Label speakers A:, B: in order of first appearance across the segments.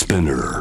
A: Spinner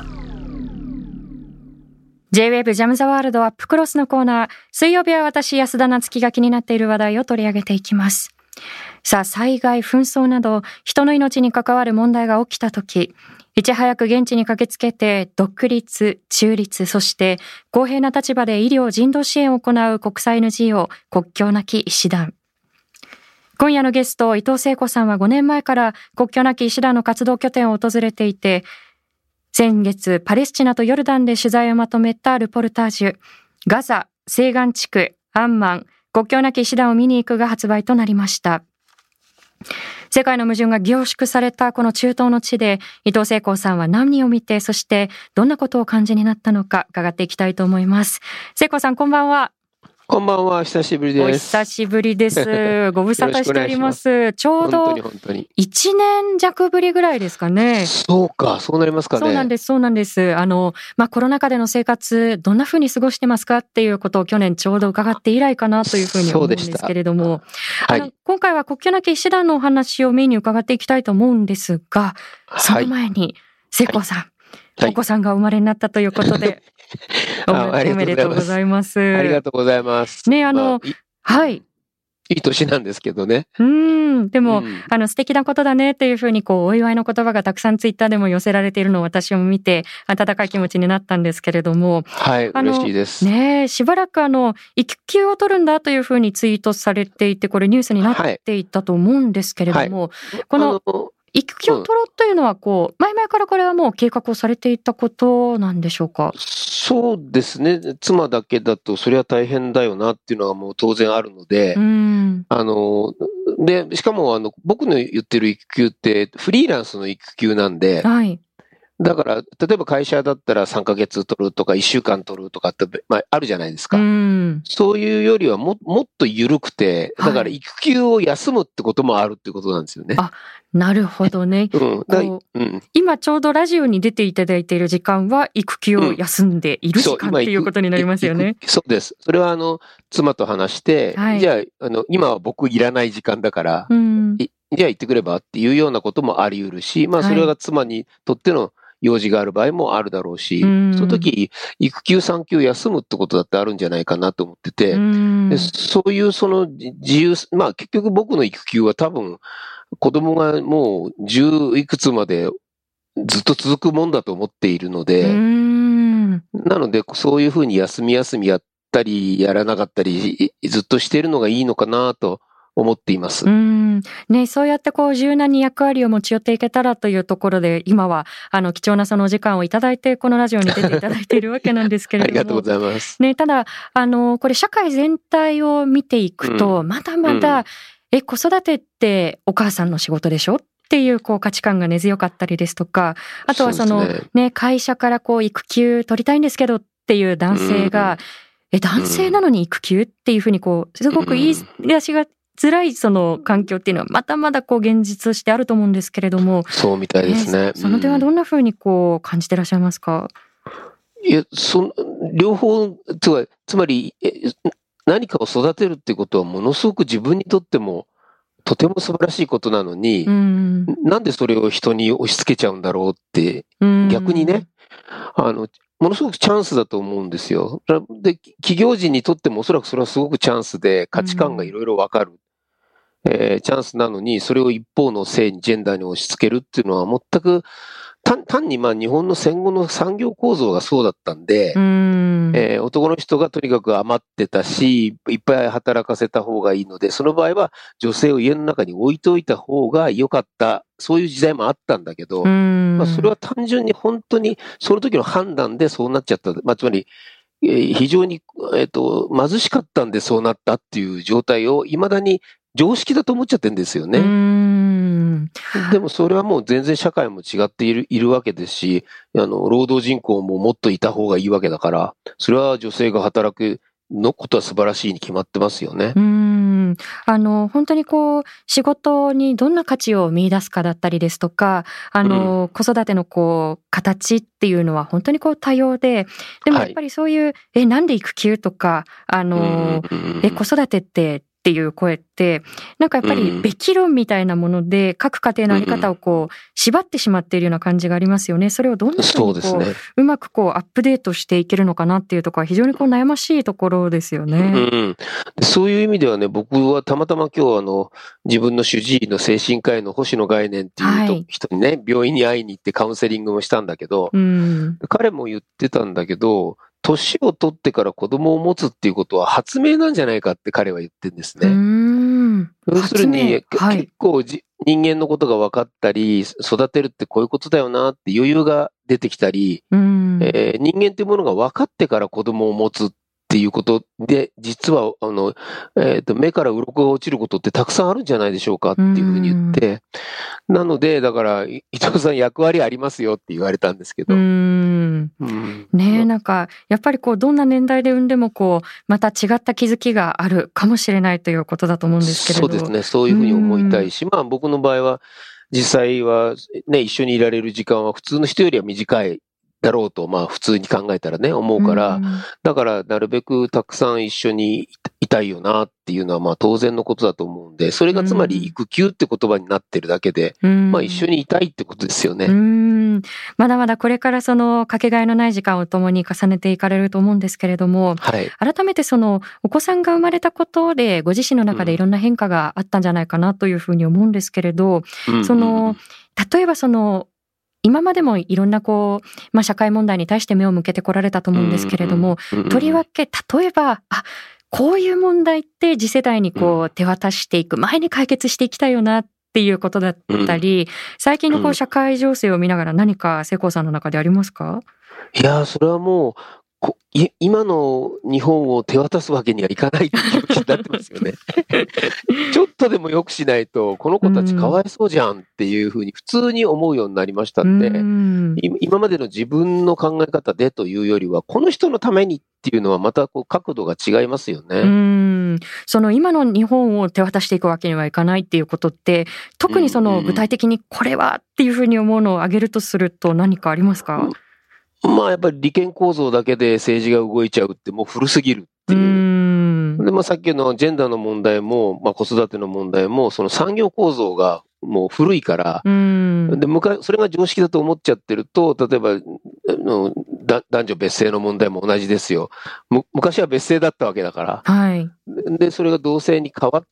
B: J-Wave ジャムザワールドアップクロスのコーナー。水曜日は私安田なつきが気になっている話題を取り上げていきます。さあ、災害、紛争など人の命に関わる問題が起きたとき、いち早く現地に駆けつけて独立、中立、そして公平な立場で医療人道支援を行う国際 NGO 国境なき医師団。今夜のゲスト伊藤聖子さんは5年前から国境なき医師団の活動拠点を訪れていて、先月パレスチナとヨルダンで取材をまとめたルポルタージュ、ガザ、西岸地区、アンマン、国境なき医師団を見に行くが発売となりました。世界の矛盾が凝縮されたこの中東の地で、伊藤聖子さんは何を見て、そしてどんなことを感じになったのか伺っていきたいと思います。聖子さん、こんばんは。
C: こんばんは、久しぶりです。
B: お久しぶりです。ご無沙汰しております。ちょうど1年弱ぶりぐらいですかね。
C: そうか、そうなりますかね。
B: そうなんです、そうなんです。コロナ禍での生活、どんな風に過ごしてますかっていうことを去年ちょうど伺って以来かなというふうに思うんですけれども、はい、今回は国境なき医師団のお話をメインに伺っていきたいと思うんですが、その前に、聖子さん、お子さんが生まれになったということで、おめでとうございます。
C: ありがとうございます。
B: ね、はい。
C: いい年なんですけどね。
B: でも、素敵なことだねっていうふうに、お祝いの言葉がたくさんツイッターでも寄せられているのを私も見て、温かい気持ちになったんですけれども。
C: はい、嬉しいです。
B: ね、しばらく育休を取るんだというふうにツイートされていて、これニュースになっていたと思うんですけれども、この、育休を取ろうというのは前々からこれはもう計画をされていたことなんでしょうか？
C: そうですね。妻だけだとそれは大変だよなっていうのはもう当然あるので、で、しかも僕の言ってる育休ってフリーランスの育休なんで、はい。だから、例えば会社だったら3ヶ月取るとか1週間取るとかって、あるじゃないですか。そういうよりはもっと緩くて、だから育休を休むってこともあるってことなんですよね。
B: あ、なるほどね。今ちょうどラジオに出ていただいている時間は育休を休んでいる時間っていうことになりますよね。
C: そうです。それは妻と話して、じゃあ、今は僕いらない時間だから、じゃあ行ってくればっていうようなこともあり得るし、それが妻にとっての用事がある場合もあるだろうし、その時、育休産休休むってことだってあるんじゃないかなと思ってて、でそういうその自由、結局僕の育休は多分、子供がもう10いくつまでずっと続くもんだと思っているので、なのでそういうふうに休みやったり、やらなかったり、ずっとしているのがいいのかなと思っています。
B: ね、そうやって柔軟に役割を持ち寄っていけたらというところで、今は貴重なそのお時間をいただいて、このラジオに出ていただいているわけなんですけれども。
C: ありがとうございます。
B: ね、ただ、これ社会全体を見ていくと、まだまだ、子育てってお母さんの仕事でしょっていう価値観が根強かったりですとか、あとは会社から育休取りたいんですけどっていう男性が、男性なのに育休っていうふうにすごく言い出しが辛いその環境っていうのはまだまだ現実としてあると思うんですけれども。
C: そうみたいですね。
B: その点はどんなふうに感じてらっしゃいますか？
C: いや、両方、つまり、何かを育てるってことはものすごく自分にとってもとても素晴らしいことなのに、なんでそれを人に押し付けちゃうんだろうって、逆にね、ものすごくチャンスだと思うんですよ。で、企業人にとってもおそらくそれはすごくチャンスで価値観がいろいろわかる。チャンスなのに、それを一方の性に、ジェンダーに押し付けるっていうのは全く、単に日本の戦後の産業構造がそうだったんで、男の人がとにかく余ってたし、いっぱい働かせた方がいいので、その場合は女性を家の中に置いておいた方が良かった、そういう時代もあったんだけど、それは単純に本当にその時の判断でそうなっちゃった。つまり、非常に、貧しかったんでそうなったっていう状態を未だに常識だと思っちゃってるんですよね。でもそれはもう全然社会も違っているわけですし、労働人口ももっといた方がいいわけだから、それは女性が働くのことは素晴らしいに決まってますよね。
B: 本当に仕事にどんな価値を見出すかだったりですとか、子育ての形っていうのは本当に多様で、でもやっぱりそういう、なんで育休とか、子育てってっていう声って、なんかやっぱりべき論みたいなもので、各家庭のあり方をこう、縛ってしまっているような感じがありますよね。それをどんな風にこう、うまくこう、アップデートしていけるのかなっていうところは非常にこう、悩ましいところですよね。
C: そういう意味ではね、僕はたまたま今日自分の主治医の精神科医の星野概念っていう人にね、病院に会いに行ってカウンセリングもしたんだけど、彼も言ってたんだけど、年を取ってから子供を持つっていうことは発明なんじゃないかって彼は言ってるんですね。要するに、結構人間のことが分かったり、育てるってこういうことだよなって余裕が出てきたり、人間っていうものが分かってから子供を持つっていうことで、実は、目から鱗が落ちることってたくさんあるんじゃないでしょうかっていうふうに言って、なので、だから、伊藤さん役割ありますよって言われたんですけど。
B: ねえ、なんか、やっぱりこう、どんな年代で産んでもこう、また違った気づきがあるかもしれないということだと思うんですけれど。
C: そうですね、そういうふうに思いたいし、まあ僕の場合は、実際はね、一緒にいられる時間は普通の人よりは短いだろうと、まあ普通に考えたらね、思うから、だからなるべくたくさん一緒にいたいよなっていうのはまあ当然のことだと思うんで、それがつまり育休って言葉になってるだけで、まあ一緒にいたいってことですよね。
B: まだまだこれからそのかけがえのない時間を共に重ねていかれると思うんですけれども、改めてそのお子さんが生まれたことでご自身の中でいろんな変化があったんじゃないかなというふうに思うんですけれど、その例えばその今までもいろんなこう、まあ、社会問題に対して目を向けてこられたと思うんですけれども、とりわけ例えばこういう問題って次世代にこう手渡していく前に解決していきたいよなっていうことだったり、最近のこう社会情勢を見ながら何か世耕さんの中でありますか？
C: いや、それはもう今の日本を手渡すわけにはいかないっていう気になってますよね。ちょっとでも良くしないと、この子たちかわいそうじゃんっていうふうに普通に思うようになりましたんで、今までの自分の考え方でというよりは、この人のためにっていうのはまたこう角度が違いますよね。
B: その今の日本を手渡していくわけにはいかないっていうことって、特にその具体的にこれはっていうふうに思うのを挙げるとすると何かありますか？
C: まあやっぱり利権構造だけで政治が動いちゃうってもう古すぎるっていう。で、まあさっきのジェンダーの問題も、まあ子育ての問題も、その産業構造がもう古いから、で、それが常識だと思っちゃってると、例えば、男女別姓の問題も同じですよ。昔は別姓だったわけだから。で、それが同姓に変わって、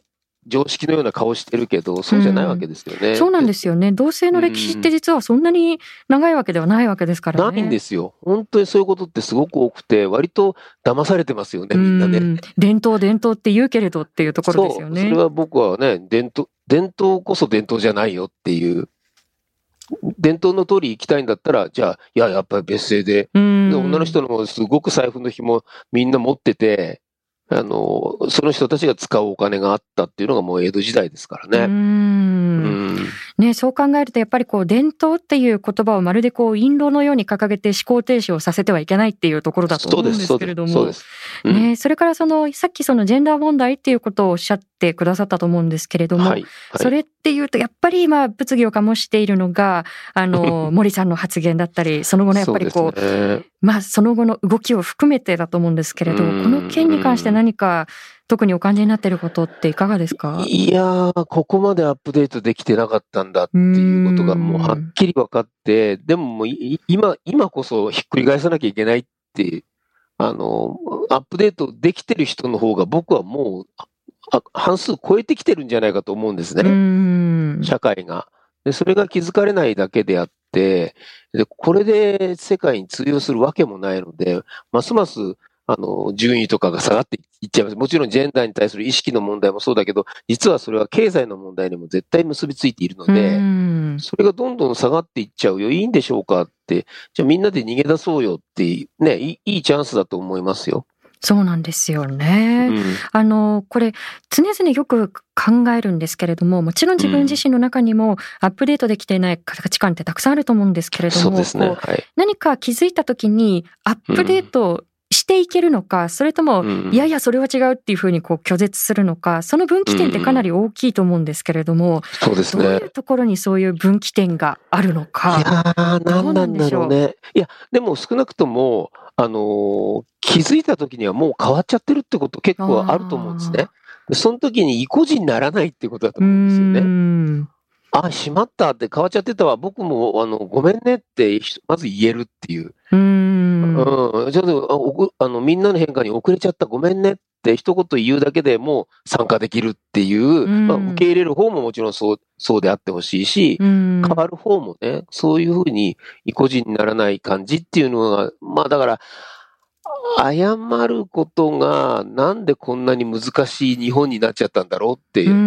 C: 常識のような顔してるけど、そうじゃないわけですよね。
B: そうなんですよね。同性の歴史って実はそんなに長いわけではないわけですからね。
C: ないんですよ。本当にそういうことってすごく多くて、割と騙されてますよね、みんなね。
B: 伝統って言うけれどっていうところですよね。
C: それは僕はね、伝統こそ伝統じゃないよっていう。伝統の通り行きたいんだったら、じゃあ、やっぱり別姓で。女の人のすごく財布の紐みんな持ってて、その人たちが使うお金があったっていうのがもう江戸時代ですからね。
B: ね、そう考えるとやっぱりこう伝統っていう言葉をまるでこう印籠のように掲げて思考停止をさせてはいけないっていうところだと思うんですけれども、ね、それからさっきそのジェンダー問題っていうことをおっしゃってくださったと思うんですけれども、それっていうとやっぱり今物議を醸しているのが森さんの発言だったり、その後のやっぱりこうまあその後の動きを含めてだと思うんですけれど、この件に関して何か特にお感じになっていることっていかがですか？
C: いやー、ここまでアップデートできてなかったんだっていうことがもうはっきり分かって、でももう今こそひっくり返さなきゃいけないって、アップデートできてる人の方が僕はもう半数超えてきてるんじゃないかと思うんですね。社会が。で、それが気づかれないだけであって、で、これで世界に通用するわけもないので、ますます順位とかが下がっていっちゃいます。もちろんジェンダーに対する意識の問題もそうだけど、実はそれは経済の問題にも絶対結びついているので、それがどんどん下がっていっちゃうよ。いいんでしょうかって、じゃあみんなで逃げ出そうよってね、いいチャンスだと思いますよ。
B: そうなんですよね。これ常々よく考えるんですけれども、もちろん自分自身の中にもアップデートできていない価値観ってたくさんあると思うんですけれども、何か気づいた時にアップデートしていけるのか、それとも、いやいやそれは違うっていうふうにこう拒絶するのか、その分岐点ってかなり大きいと思うんですけれども、
C: そうですね。
B: どういうところにそういう分岐点があるのか。
C: いやー、何なんだろうね。いや、でも少なくとも、気づいた時にはもう変わっちゃってるってこと結構あると思うんですね。 その時に意固地にならないっていうことだと思うんですよね。あ、しまったって変わっちゃってたわ。僕も、ごめんねって、まず言えるっていう。ちょっと、みんなの変化に遅れちゃった。ごめんねって一言言うだけでもう参加できるっていう、受け入れる方ももちろんそうであってほしいし、変わる方もね、そういうふうに意固地にならない感じっていうのが、だから、謝ることがなんでこんなに難しい日本になっちゃったんだろうっていう。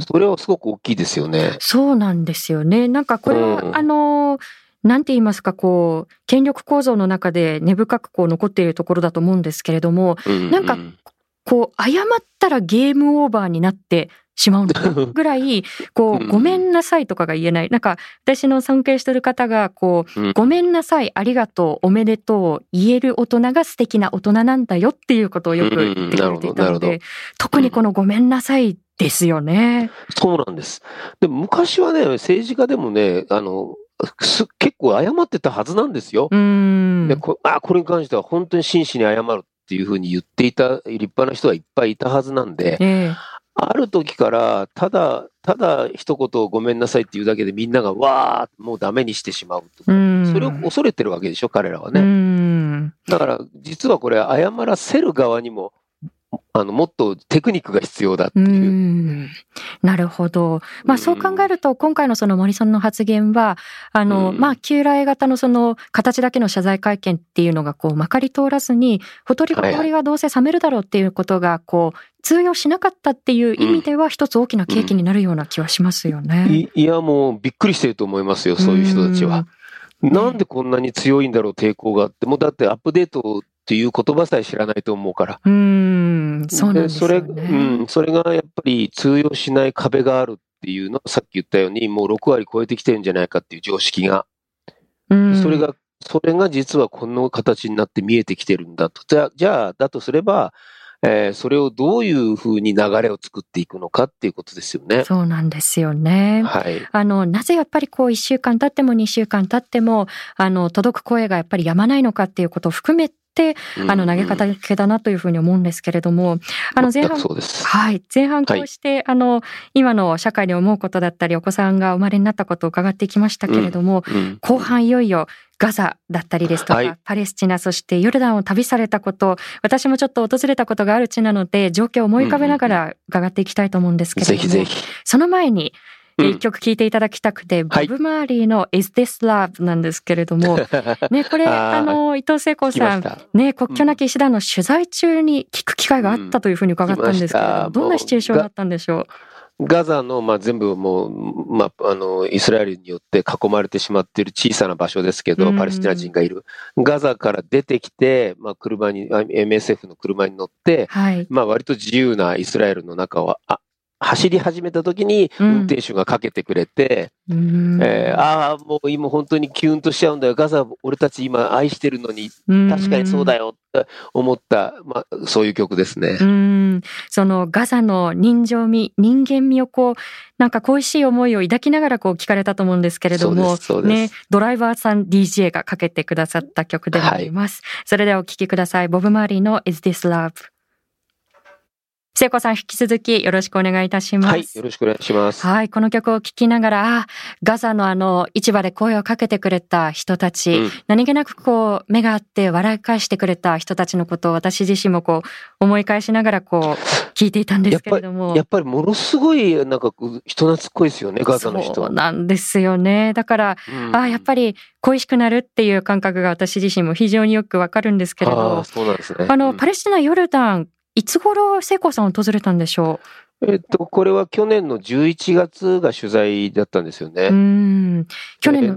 C: それはすごく大きいですよね。
B: そうなんですよね。なんかこれは、なんて言いますか、権力構造の中で根深く残っているところだと思うんですけれども、なんか謝ったらゲームオーバーになってしまうのぐらい、ごめんなさいとかが言えない。なんか、私の尊敬してる方が、ごめんなさい、ありがとう、おめでとう、言える大人が素敵な大人なんだよっていうことをよく言ってくれていたので、特にこのごめんなさいですよね。
C: そうなんです。でも昔はね、政治家でもね、結構謝ってたはずなんですよ。でこれに関しては本当に真摯に謝るっていうふうに言っていた立派な人はいっぱいいたはずなんで、ある時からただ一言ごめんなさいっていうだけでみんながわーもうダメにしてしまうと。それを恐れてるわけでしょ、彼らはね。だから実はこれ謝らせる側にももっとテクニックが必要だっていう。
B: なるほど。そう考えると、今回のその森さんの発言は、旧来型のその形だけの謝罪会見っていうのがまかり通らずに、ほとりはどうせ冷めるだろうっていうことが通用しなかったっていう意味では、一つ大きな契機になるような気はしますよね。
C: いや、もうびっくりしてると思いますよ、そういう人たちは。なんでこんなに強いんだろう、抵抗があって。もうだってアップデートっていう言葉さえ知らないと思うから。
B: そうなんですよね。
C: それがやっぱり通用しない壁があるっていうのは、さっき言ったように、もう6割超えてきてるんじゃないかっていう常識が。それが実はこの形になって見えてきてるんだと。じゃあ、だとすれば、それをどういうふうに流れを作っていくのかっていうことですよね。
B: そうなんですよね。
C: はい。
B: なぜやっぱり1週間経っても2週間経っても、届く声がやっぱり止まないのかっていうことを含めて、投げかけだなというふうに思うんですけれども、前半こうして、今の社会に思うことだったり、お子さんがお生まれになったことを伺ってきましたけれども、後半いよいよガザだったりですとか、パレスチナ、そしてヨルダンを旅されたこと、私もちょっと訪れたことがある地なので、状況を思い浮かべながら伺っていきたいと思うんですけれども、
C: ぜひ
B: その前に、一曲聴いていただきたくて、ボブ・マーリーの Is This Love なんですけれども、ね、これ、伊藤聖子さん、ね、国境なき医師団の取材中に聞く機会があったというふうに伺ったんですけれども、どんなシチュエーションだったんでしょ
C: う。ガザの、全部もう、イスラエルによって囲まれてしまっている小さな場所ですけど、パレスチナ人がいる。ガザから出てきて、車に、MSF の車に乗って、割と自由なイスラエルの中を、走り始めた時に運転手がかけてくれて、もう今本当にキュンとしちゃうんだよ。ガザ俺たち今愛してるのに、確かにそうだよって思った、そういう曲ですね。
B: そのガザの人間味をなんか恋しい思いを抱きながら聞かれたと思うんですけれども、ね、ドライバーさん DJ がかけてくださった曲でもあります。それではお聴きください。ボブ・マーリーの Is This Love。聖子さん、引き続きよろしくお願いいたします。
C: はい、よろしくお願いします。
B: はい、この曲を聴きながら、ガザの市場で声をかけてくれた人たち、何気なく目があって笑い返してくれた人たちのことを私自身も思い返しながら聞いていたんですけれども。
C: やっぱりものすごいなんか人懐っこいですよね、ガザの人は。
B: そうなんですよね。だから、やっぱり恋しくなるっていう感覚が私自身も非常によくわかるんですけれど、
C: そうなんですね。
B: パレスチナ、ヨルダン、いつ頃聖子さん訪れたんでしょ
C: う？これは去年の11月が取材だったんですよね。
B: 去年の。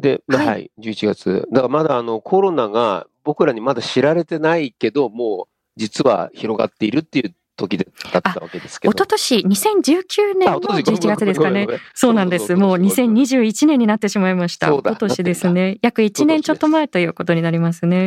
C: 11月。だからまだコロナが僕らにまだ知られてないけど、もう実は広がっているっていう時だったわけですけど。
B: 一昨年2019年の11月ですかね。そうなんです。もう2021年になってしまいました。一昨年ですね。約1年ちょっと前ということになりますね。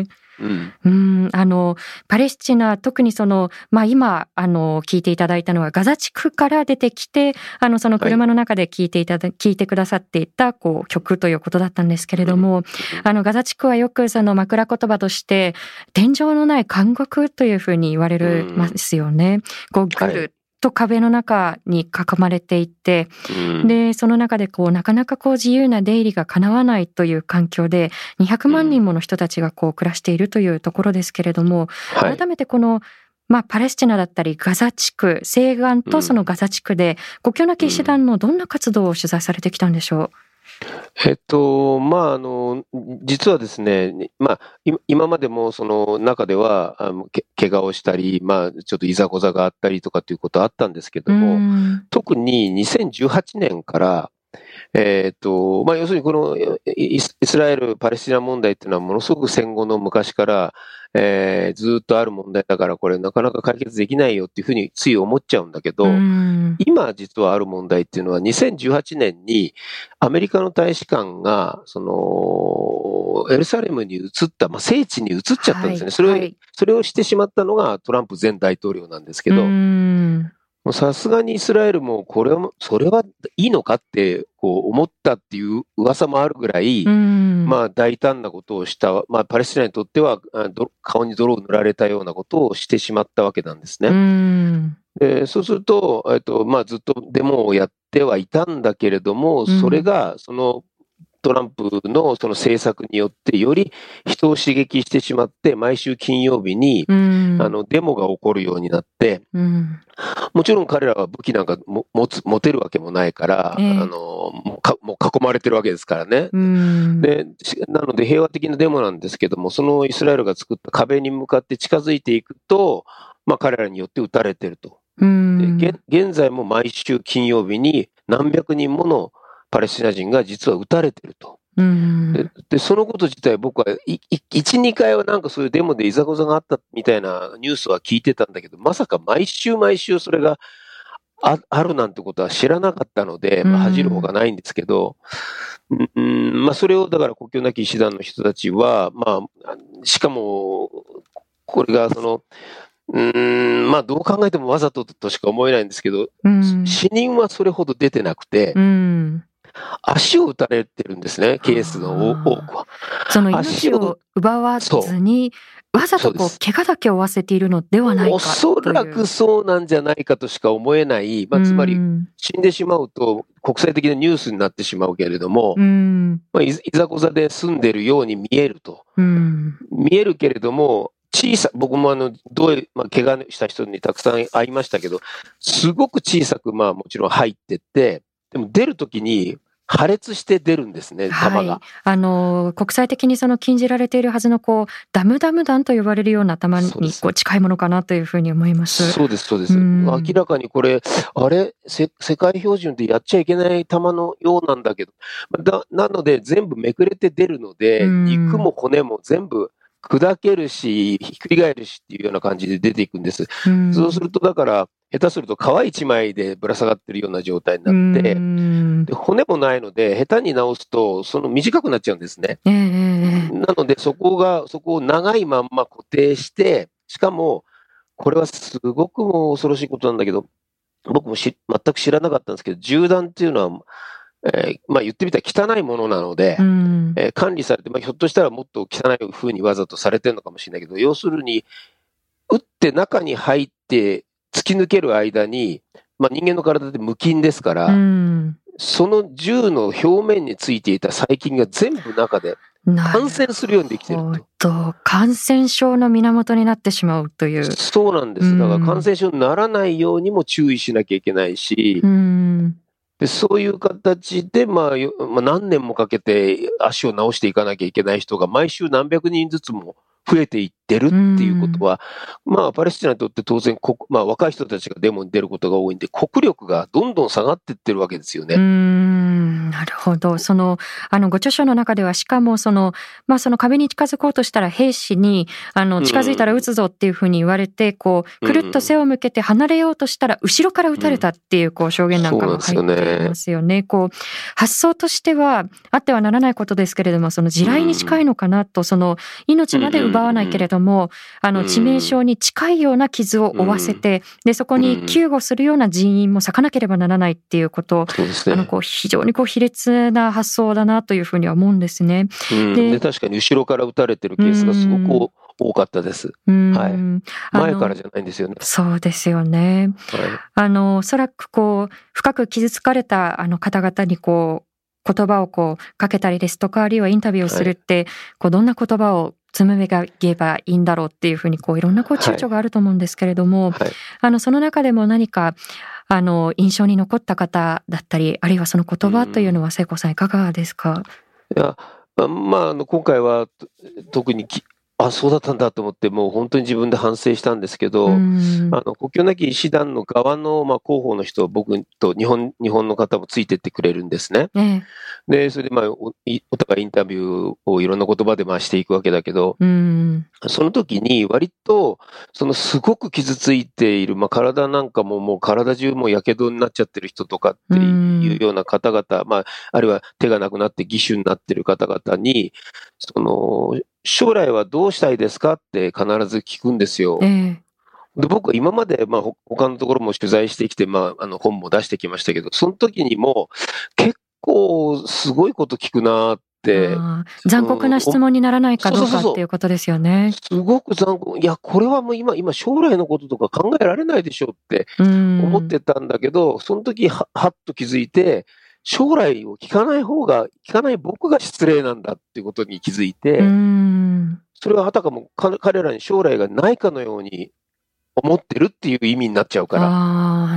B: パレスチナ、特に今、聞いていただいたのはガザ地区から出てきて、その車の中で聞いてくださっていた、曲ということだったんですけれども、ガザ地区はよく枕言葉として、天井のない監獄というふうに言われますよね。ぐるっと壁の中に囲まれていて、でその中でなかなか自由な出入りが叶わないという環境で200万人もの人たちが暮らしているというところですけれども、改めてパレスチナだったりガザ地区、西岸とそのガザ地区で国境なき医師団のどんな活動を取材されてきたんでしょう？
C: 実はですね、今までもその中では怪我をしたり、ちょっといざこざがあったりとかということはあったんですけども、特に2018年から、要するにこのイスラエル・パレスチナ問題っていうのはものすごく戦後の昔から、ずっとある問題だからこれなかなか解決できないよっていうふうについ思っちゃうんだけど、今実はある問題っていうのは2018年にアメリカの大使館がエルサレムに移った、聖地に移っちゃったんですね。それをしてしまったのがトランプ前大統領なんですけど、さすがにイスラエルもそれはいいのかって思ったっていう噂もあるぐらい、大胆なことをした、パレスチナにとっては顔に泥を塗られたようなことをしてしまったわけなんですね。そうすると、ずっとデモをやってはいたんだけれども、それがそのトランプのその政策によってより人を刺激してしまって、毎週金曜日にデモが起こるようになって、もちろん彼らは武器なんか持てるわけもないから、もう囲まれてるわけですからね。なので平和的なデモなんですけども、そのイスラエルが作った壁に向かって近づいていくと、彼らによって撃たれてると。で現在も毎週金曜日に何百人ものパレスチナ人が実は撃たれてると。でそのこと自体僕は1、2回はなんかそういうデモでいざこざがあったみたいなニュースは聞いてたんだけど、まさか毎週それがあるなんてことは知らなかったので、恥じるほかないんですけど、それをだから国境なき医師団の人たちは、しかもこれがどう考えてもわざととしか思えないんですけど、死人はそれほど出てなくて、足を撃たれてるんですね、ケースの多くは。
B: その命を奪わずに、わざと怪我だけを負わせているのではないかという。お
C: そらくそうなんじゃないかとしか思えない、つまり死んでしまうと国際的なニュースになってしまうけれども、いざこざで済んでるように見えると。見えるけれども、僕も怪我した人にたくさん会いましたけど、すごく小さくもちろん入ってって、でも出るときに破裂して出るんですね、弾が。
B: 国際的に禁じられているはずのダム弾と呼ばれるような弾に近いものかなというふうに思います。
C: そうです。明らかにこれ、世界標準でやっちゃいけない弾のようなんだけど、なので全部めくれて出るので、肉も骨も全部砕けるし、ひっくり返るしっていうような感じで出ていくんです。そうすると、だから、下手すると皮一枚でぶら下がってるような状態になって、で骨もないので、下手に直すと、短くなっちゃうんですね。なので、そこを長いまんま固定して、しかも、これはすごくも恐ろしいことなんだけど、僕も全く知らなかったんですけど、銃弾っていうのは、言ってみたら汚いものなので、管理されて、ひょっとしたらもっと汚い風にわざとされてるのかもしれないけど、要するに、撃って中に入って突き抜ける間に、人間の体って無菌ですから、その銃の表面についていた細菌が全部中で感染するようにできていると。
B: 感染症の源になってしまうという。
C: そうなんです。だから感染症にならないようにも注意しなきゃいけないし、でそういう形で、何年もかけて足を治していかなきゃいけない人が毎週何百人ずつも増えていってるっていうことは、パレスチナにとって当然若い人たちがデモに出ることが多いんで、国力がどんどん下がっていってるわけですよね。
B: なるほど。ご著書の中では、しかもその壁に近づこうとしたら兵士に、近づいたら撃つぞっていうふうに言われて、くるっと背を向けて離れようとしたら、後ろから撃たれたっていう、証言なんかも入っていますよね。発想としては、あってはならないことですけれども、地雷に近いのかなと、命まで奪わないけれども、致命傷に近いような傷を負わせて、で、そこに救護するような人員も割かなければならないっていうこと、非常に卑劣な発想だなというふうには思うんですね。
C: で確かに後ろから撃たれてるケースがすごく多かったです。はい。前からじゃないんですよね。
B: そうですよね。おそらく深く傷つかれた方々に言葉をかけたりですとか、あるいはインタビューをするって、どんな言葉を紡げばいいんだろうっていうふうにいろんな躊躇があると思うんですけれども、その中でも何か印象に残った方だったり、あるいはその言葉というのは聖子さんいかがですか？
C: いや、今回は特にそうだったんだと思って、もう本当に自分で反省したんですけど、国境なき医師団の側の、広報の人、僕と日本の方もついてってくれるんですね。で、それでお互いインタビューをいろんな言葉でしていくわけだけど、その時に割と、すごく傷ついている、体なんかももう体中もやけどになっちゃってる人とかっていうような方々、あるいは手がなくなって義手になってる方々に、将来はどうしたいですかって必ず聞くんですよ。で、僕は今まで、他のところも取材してきて、本も出してきましたけど、その時にも結構すごいこと聞くなって。
B: 残酷な質問にならないかどうかっていうことですよね。
C: すごく残酷。いや、これはもう今将来のこととか考えられないでしょって思ってたんだけど、その時はっと気づいて、将来を聞かない僕が失礼なんだっていうことに気づいて、それはあたかも彼らに将来がないかのように思ってるっていう意味になっちゃうから。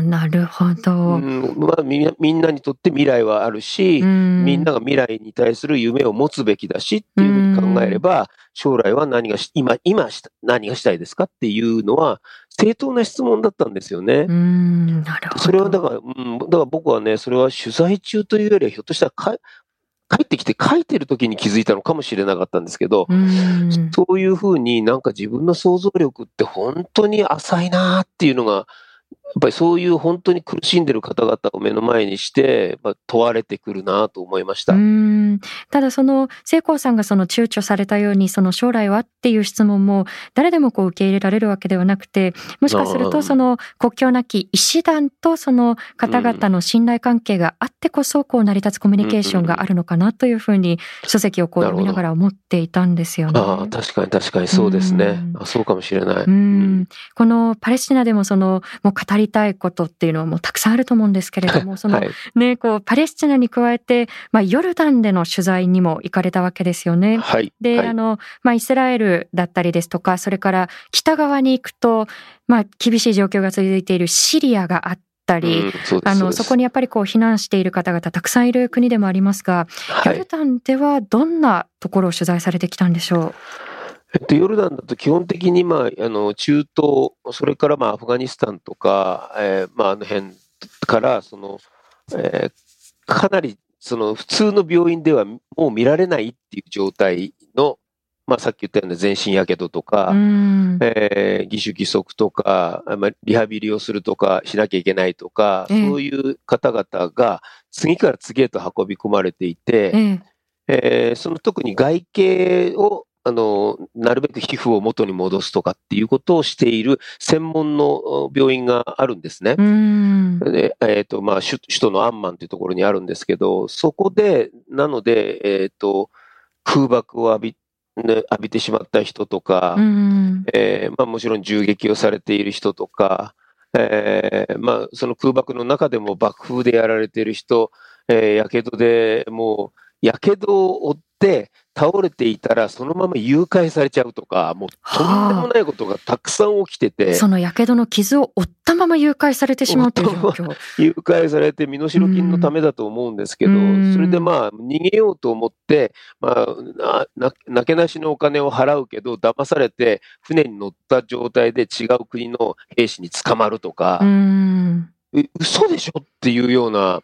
B: なるほど。
C: みんなにとって未来はあるし、みんなが未来に対する夢を持つべきだしっていうふうに考えれば、将来は今何がしたいですかっていうのは、正当な質問だったんですよね。
B: なるほど。
C: それはだから僕はね、それは取材中というよりはひょっとしたら帰ってきて書いてる時に気づいたのかもしれなかったんですけど、そういうふうになんか自分の想像力って本当に浅いなっていうのが、やっぱりそういう本当に苦しんでる方々を目の前にして、問われてくるなと思いました。
B: ただ聖子さんが躊躇されたように、将来はっていう質問も誰でも受け入れられるわけではなくて、もしかすると国境なき医師団とその方々の信頼関係があってこそ成り立つコミュニケーションがあるのかなというふうに書籍を読みながら思っていたんですよね。
C: 確かにそうですね。そうかもしれない。
B: このパレスチナでももう語りたいことっていうのはもうたくさんあると思うんですけれども、パレスチナに加えて、ヨルダンでの取材にも行かれたわけですよね。で、イスラエルだったりですとか、それから北側に行くと、厳しい状況が続いているシリアがあったり、そこにやっぱり避難している方々たくさんいる国でもありますが、ヨルダンではどんなところを取材されてきたんでしょう？
C: ヨルダンだと基本的に中東、それからアフガニスタンとか、あの辺からかなり普通の病院ではもう見られないっていう状態の、さっき言ったような全身やけどとか、義手義足とか、リハビリをするとかしなきゃいけないとか、そういう方々が次から次へと運び込まれていて、その特に外形をなるべく皮膚を元に戻すとかっていうことをしている専門の病院があるんですね。で、首都のアンマンというところにあるんですけど、そこで、なので、空爆を浴びてしまった人とか、もちろん銃撃をされている人とか、その空爆の中でも爆風でやられている人、やけどでもう、やけどを負って倒れていたらそのまま誘拐されちゃうとか、もうとんでもないことがたくさん起きてて、
B: そのやけどの傷を負ったまま誘拐されてしまうという状況。
C: 誘拐されて身代金のためだと思うんですけど、それで逃げようと思って、なけなしのお金を払うけど騙されて船に乗った状態で違う国の兵士に捕まるとか、嘘でしょっていうような、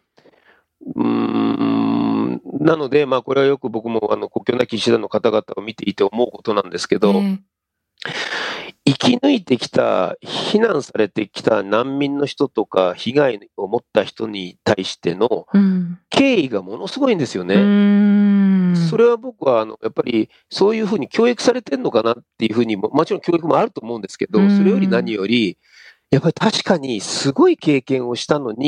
C: なので、これはよく僕も国境なき医師団の方々を見ていて思うことなんですけど、生き抜いてきた、避難されてきた難民の人とか、被害を持った人に対しての敬意がものすごいんですよね。それは僕はやっぱりそういうふうに教育されてるのかなっていうふうにもちろん教育もあると思うんですけど、それより何より、やっぱり確かにすごい経験をしたのに、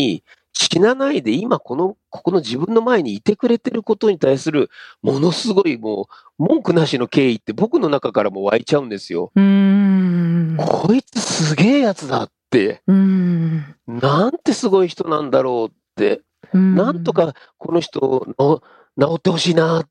C: 死なないで今ここの自分の前にいてくれてることに対するものすごいもう文句なしの敬意って僕の中からも湧いちゃうんですよ。こいつすげえやつだって。なんてすごい人なんだろうって。なんとかこの人の治ってほしいなって、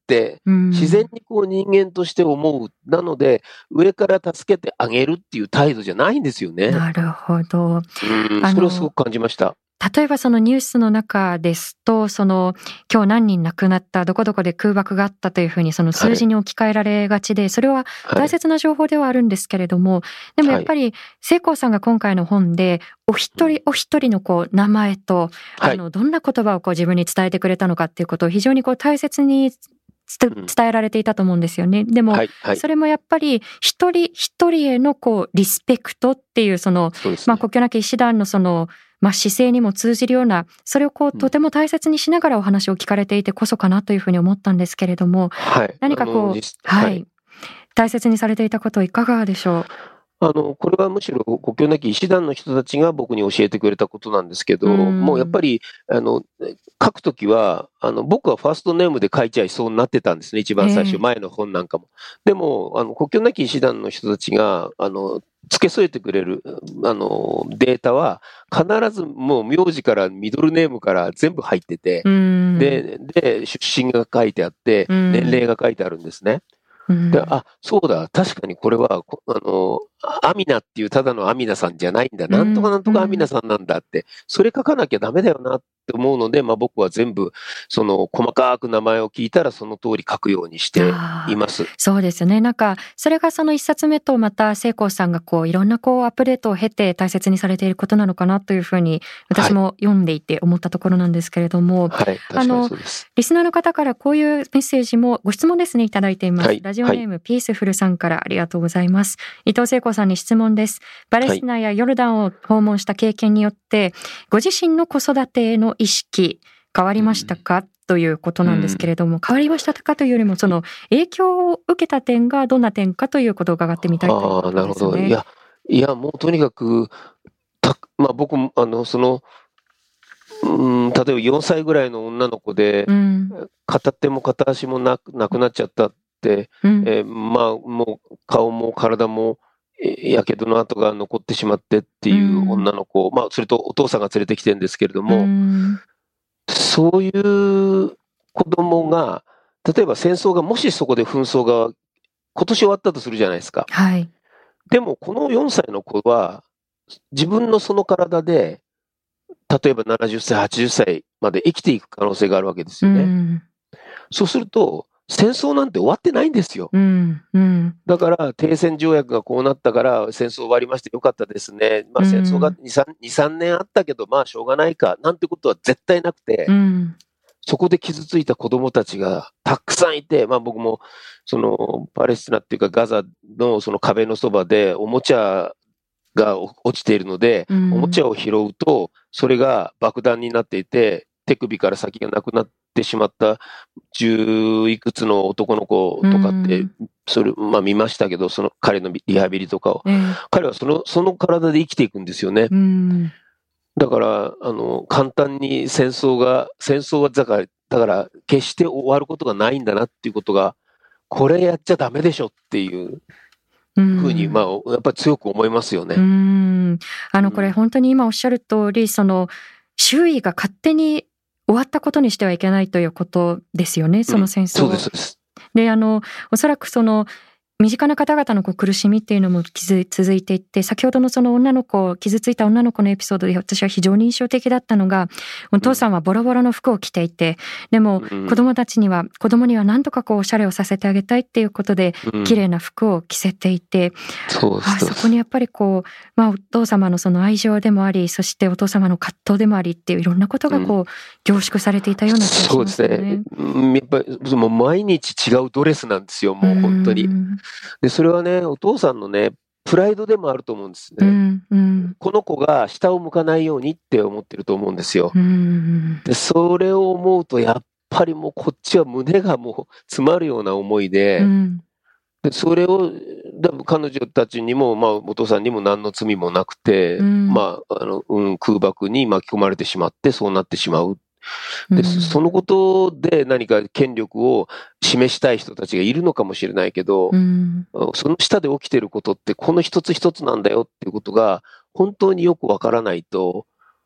C: 自然にこう人間として思う。なので、上から助けてあげるっていう態度じゃないんですよね。
B: なるほど。
C: それをすごく感じました。
B: 例えばそのニュースの中ですと、今日何人亡くなった、どこどこで空爆があったというふうにその数字に置き換えられがちで、それは大切な情報ではあるんですけれども、でもやっぱり聖光さんが今回の本で、お一人お一人の名前と、どんな言葉を自分に伝えてくれたのかっていうことを非常に大切に伝えられていたと思うんですよね。でも、それもやっぱり一人一人へのリスペクトっていう国境なき医師団の姿勢にも通じるような、それをとても大切にしながらお話を聞かれていてこそかなというふうに思ったんですけれども、何か大切にされていたこといかがでしょう？
C: これはむしろ国境なき医師団の人たちが僕に教えてくれたことなんですけど、もうやっぱり、書くときは、僕はファーストネームで書いちゃいそうになってたんですね、一番最初、前の本なんかも。でも、国境なき医師団の人たちが、付け添えてくれる、データは、必ずもう名字からミドルネームから全部入ってて、で、出身が書いてあって、年齢が書いてあるんですね。で、そうだ、確かにこれは、アミナっていうただのアミナさんじゃないんだ。なんとかなんとかアミナさんなんだって、それ書かなきゃダメだよなって思うので、僕は全部、細かく名前を聞いたらその通り書くようにしています。
B: そうですよね。それが一冊目とまた聖光さんがいろんなアップデートを経て大切にされていることなのかなというふうに、私も読んでいて思ったところなんですけれども、
C: 確かにそうです。
B: リスナーの方からこういうメッセージも、ご質問ですね、いただいています。ラジオネーム、ピースフルさんからありがとうございます。伊藤聖子さんに質問です。パレスチナやヨルダンを訪問した経験によって、ご自身の子育てへの意識、変わりましたか、ということなんですけれども、変わりましたかというよりも、影響を受けた点がどんな点かということを伺ってみたいということですね。
C: なるほど。いや、もうとにかく、僕も、例えば4歳ぐらいの女の子で、片手も片足もなくなっちゃったって、もう顔も体もやけどの跡が残ってしまってっていう女の子、それとお父さんが連れてきてるんですけれども、そういう子供が、例えば戦争が、もしそこで紛争が今年終わったとするじゃないですか。でもこの4歳の子は、自分のその体で、例えば70歳、80歳まで生きていく可能性があるわけですよね。そうすると、戦争なんて終わってないんですよ。だから、停戦条約がこうなったから、戦争終わりましてよかったですね。戦争が2、3年あったけど、しょうがないか、なんてことは絶対なくて、そこで傷ついた子供たちがたくさんいて、僕も、パレスチナっていうかガザのその壁のそばでおもちゃが落ちているので、おもちゃを拾うと、それが爆弾になっていて、手首から先がなくなってしまった10いくつの男の子とかって、それ、見ましたけど、彼のリハビリとかを。彼はその体で生きていくんですよね。だから、簡単に戦争はだから、決して終わることがないんだなっていうことが、これやっちゃダメでしょっていうふうに、やっぱり強く思いますよね。
B: これ本当に今おっしゃる通り、周囲が勝手に終わったことにしてはいけないということですよね、その戦争。
C: そうです、そうです。
B: で、おそらく身近な方々の苦しみっていうのも続いていって、先ほどの女の子、傷ついた女の子のエピソードで私は非常に印象的だったのが、お父さんはボロボロの服を着ていて、でも子供には何とかおしゃれをさせてあげたいっていうことで、綺麗な服を着せていて、そこにやっぱりお父様の愛情でもあり、そしてお父様の葛藤でもありっていういろんなことが凝縮されていたような気がしますね。
C: そうですね。やっぱりもう毎日違うドレスなんですよ、もう本当に。で、それはね、お父さんのね、プライドでもあると思うんですね。この子が下を向かないようにって思ってると思うんですよ。で、それを思うと、やっぱりもうこっちは胸がもう詰まるような思いで、でそれを彼女たちにも、お父さんにも何の罪もなくて、空爆に巻き込まれてしまって、そうなってしまう。で、そのことで何か権力を示したい人たちがいるのかもしれないけど、その下で起きてることってこの一つ一つなんだよっていうことが本当によくわからないと、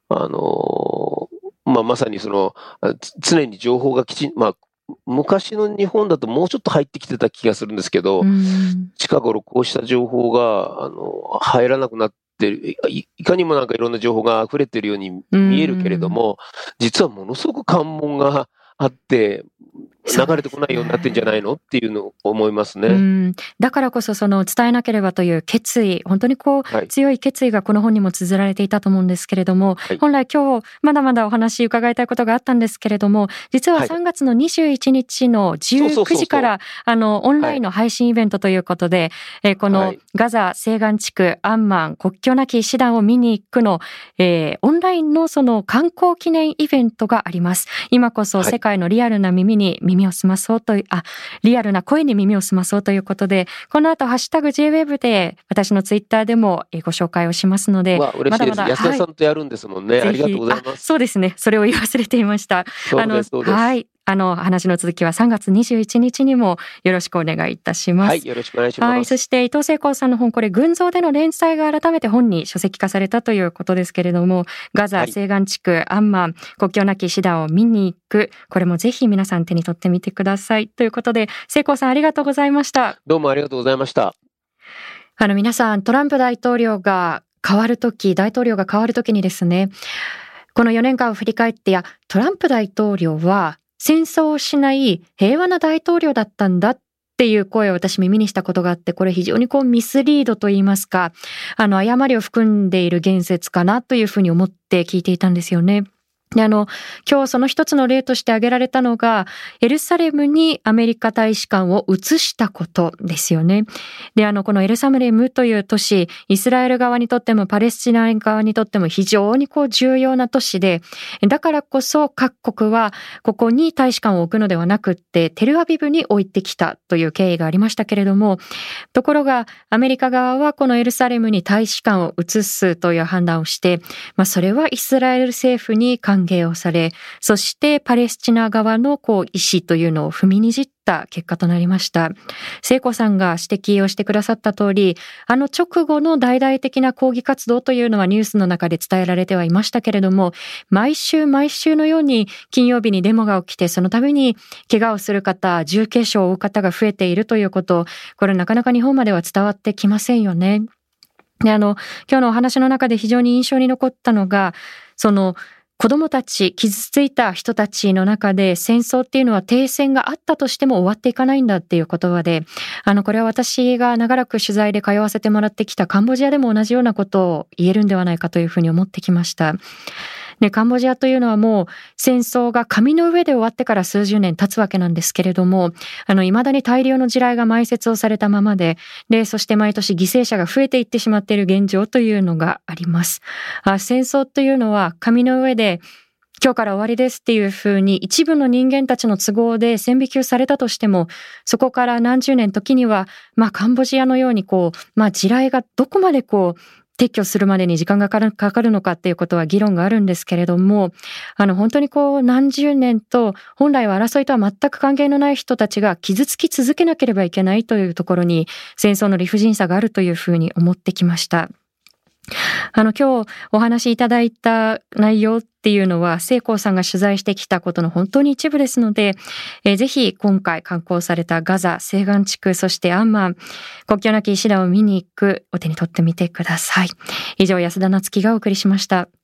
C: まさに常に情報が昔の日本だともうちょっと入ってきてた気がするんですけど、近頃こうした情報が入らなくなっていかにもなんかいろんな情報が溢れてるように見えるけれども、実はものすごく関門があって流れてこないようになってんじゃないのっていうのを思いますね。
B: だからこそ伝えなければという決意、本当に強い決意がこの本にも綴られていたと思うんですけれども、本来今日まだまだお話伺いたいことがあったんですけれども、実は3月の21日の19時からオンラインの配信イベントということで、このガザ西岸地区アンマン国境なき医師団を見に行くの、オンラインの観光記念イベントがあります。今こそ世界のリアルな耳を澄まそうという、リアルな声に耳を澄まそうということで、この後ハッシュタグ JWEB で私のツイッターでもご紹介をしますので、
C: 嬉しいです。安田さんとやるんですもんね。ありがとうございます。
B: そうですね。それを言い忘れていました。はい。話の続きは3月21日にもよろしくお願いいたします。
C: はい、よろしくお願いします。はい、
B: そして伊藤聖光さんの本、これ群像での連載が改めて本に書籍化されたということですけれども、ガザ西岸地区アンマン国境なき医師団を見に行く、これもぜひ皆さん手に取ってみてくださいということで、聖光さんありがとうございました。
C: どうもありがとうございました。
B: 皆さんトランプ大統領が変わるときにですね、この4年間を振り返って、トランプ大統領は戦争をしない平和な大統領だったんだっていう声を私耳にしたことがあって、これ非常にミスリードといいますか、誤りを含んでいる言説かなというふうに思って聞いていたんですよね。で、今日その一つの例として挙げられたのが、エルサレムにアメリカ大使館を移したことですよね。で、このエルサレムという都市、イスラエル側にとってもパレスチナ側にとっても非常に重要な都市で、だからこそ各国はここに大使館を置くのではなくって、テルアビブに置いてきたという経緯がありましたけれども、ところがアメリカ側はこのエルサレムに大使館を移すという判断をして、それはイスラエル政府に歓迎をされ、そしてパレスチナ側の意思というのを踏みにじった結果となりました。聖子さんが指摘をしてくださった通り、直後の大々的な抗議活動というのはニュースの中で伝えられてはいましたけれども、毎週のように金曜日にデモが起きて、その度に怪我をする方、重軽傷を負う方が増えているということ、これなかなか日本までは伝わってきませんよね。で、今日のお話の中で非常に印象に残ったのが、子供たち、傷ついた人たちの中で戦争っていうのは停戦があったとしても終わっていかないんだっていう言葉で、これは私が長らく取材で通わせてもらってきたカンボジアでも同じようなことを言えるんではないかというふうに思ってきました。で、カンボジアというのはもう戦争が紙の上で終わってから数十年経つわけなんですけれども、未だに大量の地雷が埋設をされたままで、そして毎年犠牲者が増えていってしまっている現状というのがあります。戦争というのは紙の上で今日から終わりですっていうふうに一部の人間たちの都合で線引きをされたとしても、そこから何十年時には、カンボジアのように地雷がどこまで撤去するまでに時間がかかるのかっていうことは議論があるんですけれども、本当に何十年と本来は争いとは全く関係のない人たちが傷つき続けなければいけないというところに戦争の理不尽さがあるというふうに思ってきました。今日お話しいただいた内容っていうのは聖光さんが取材してきたことの本当に一部ですので、ぜひ今回刊行されたガザ西岸地区、そしてアンマン国境なき医師団を見に行くお手に取ってみてください。以上、安田なつきがお送りしました。